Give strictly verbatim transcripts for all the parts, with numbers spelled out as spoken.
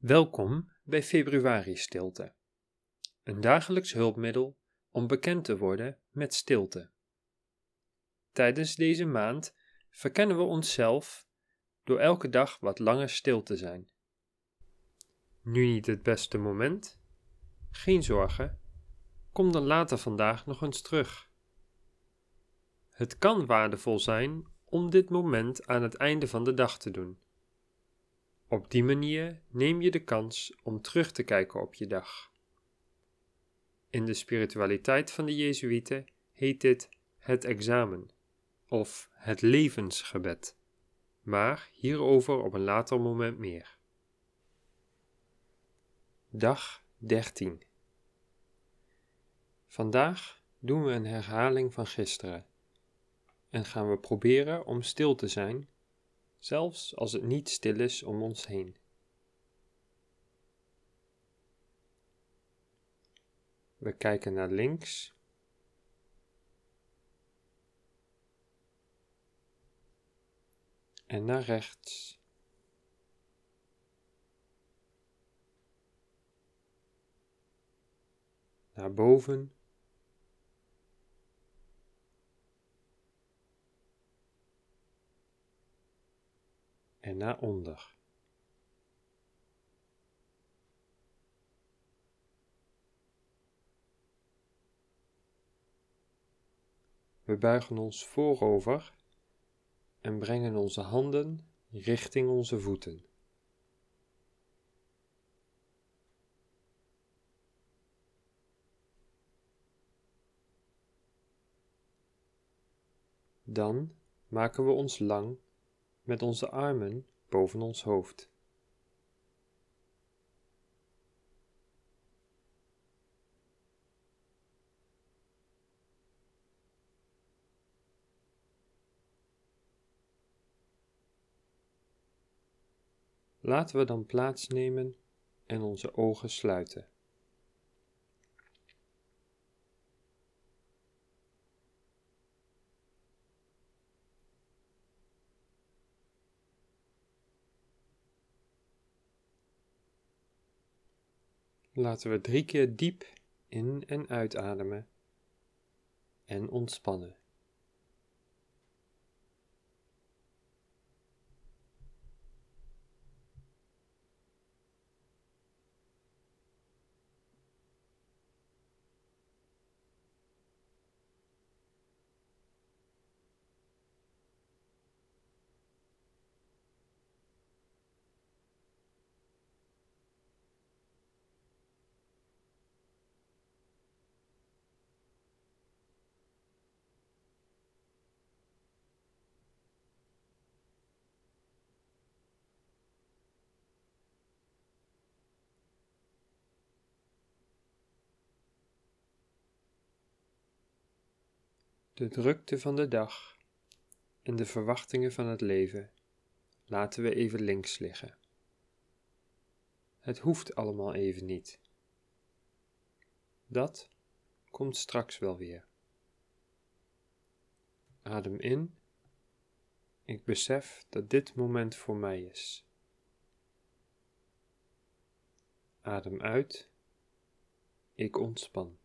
Welkom bij Februari Stilte, een dagelijks hulpmiddel om bekend te worden met stilte. Tijdens deze maand verkennen we onszelf door elke dag wat langer stil te zijn. Nu niet het beste moment? Geen zorgen, kom dan later vandaag nog eens terug. Het kan waardevol zijn om dit moment aan het einde van de dag te doen. Op die manier neem je de kans om terug te kijken op je dag. In de spiritualiteit van de Jezuïeten heet dit het examen of het levensgebed, maar hierover op een later moment meer. Dag dertien. Vandaag doen we een herhaling van gisteren en gaan we proberen om stil te zijn, zelfs als het niet stil is om ons heen. We kijken naar links en naar rechts. Naar boven en naar onder. We buigen ons voorover en brengen onze handen richting onze voeten. Dan maken we ons lang met onze armen boven ons hoofd. Laten we dan plaatsnemen en onze ogen sluiten. Laten we drie keer diep in- en uitademen en ontspannen. De drukte van de dag en de verwachtingen van het leven laten we even links liggen. Het hoeft allemaal even niet. Dat komt straks wel weer. Adem in. Ik besef dat dit moment voor mij is. Adem uit. Ik ontspan.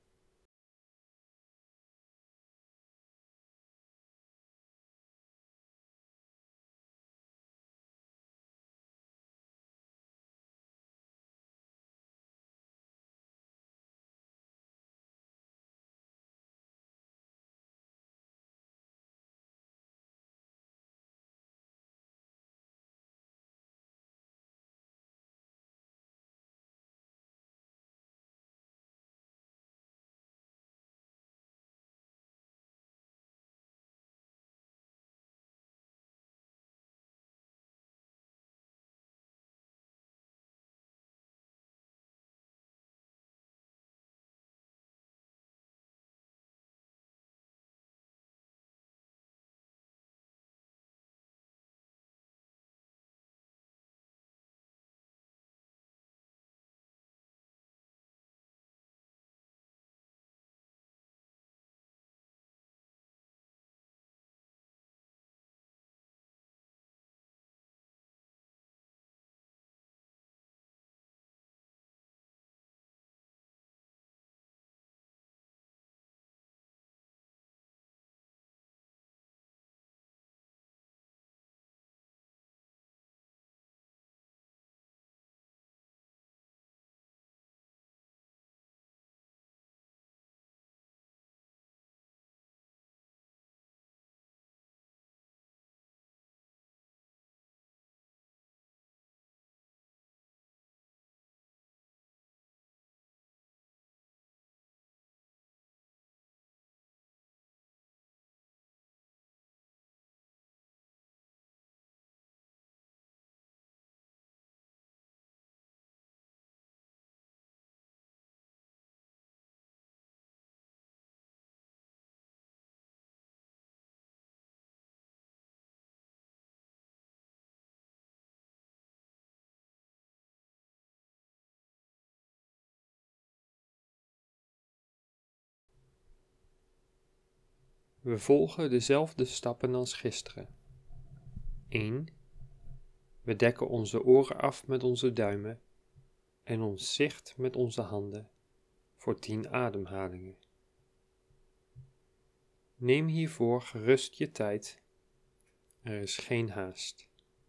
We volgen dezelfde stappen als gisteren. één. We dekken onze oren af met onze duimen en ons zicht met onze handen voor tien ademhalingen. Neem hiervoor gerust je tijd. Er is geen haast.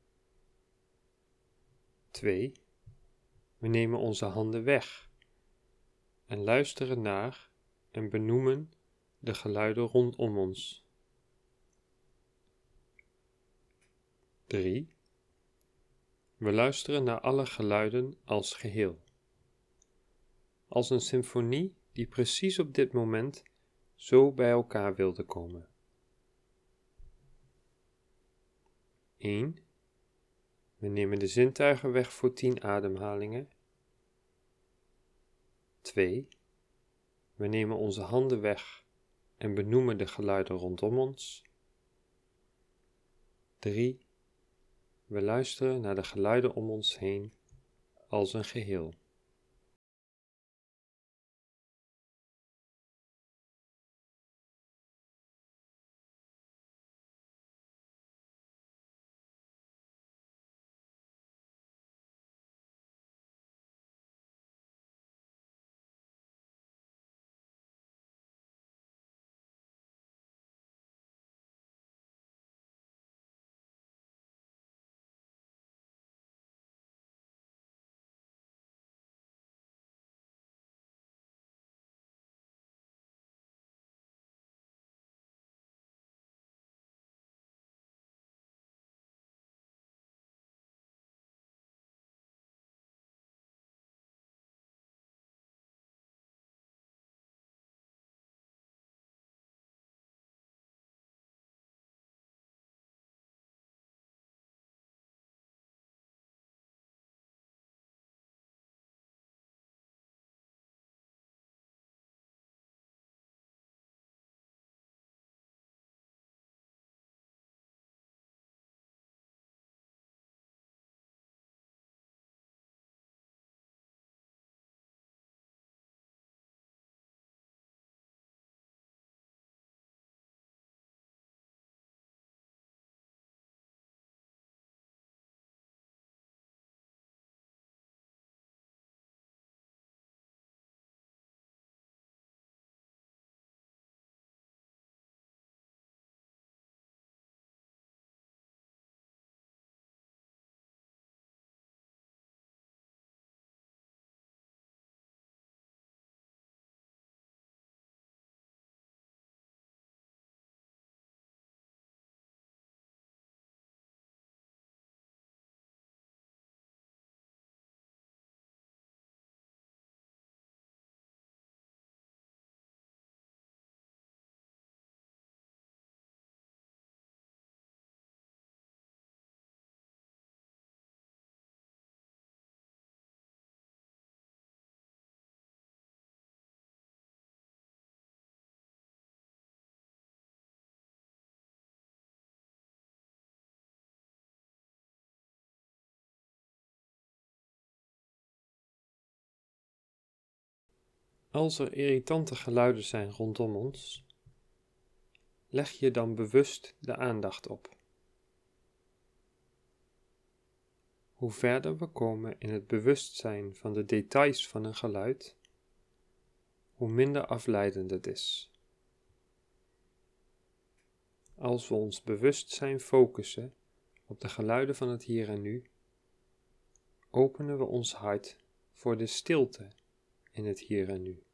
twee. We nemen onze handen weg en luisteren naar en benoemen de geluiden rondom ons. drie. We luisteren naar alle geluiden als geheel. Als een symfonie die precies op dit moment zo bij elkaar wilde komen. één. We nemen de zintuigen weg voor tien ademhalingen. twee. We nemen onze handen weg en benoemen de geluiden rondom ons. drie. We luisteren naar de geluiden om ons heen als een geheel. Als er irritante geluiden zijn rondom ons, leg je dan bewust de aandacht op. Hoe verder we komen in het bewustzijn van de details van een geluid, hoe minder afleidend het is. Als we ons bewustzijn focussen op de geluiden van het hier en nu, openen we ons hart voor de stilte in het hier en nu.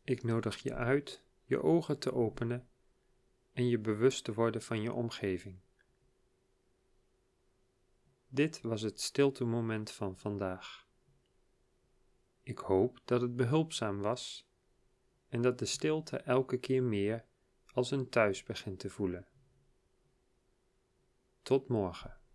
Ik nodig je uit je ogen te openen en je bewust te worden van je omgeving. Dit was het stiltemoment van vandaag. Ik hoop dat het behulpzaam was en dat de stilte elke keer meer als een thuis begint te voelen. Tot morgen.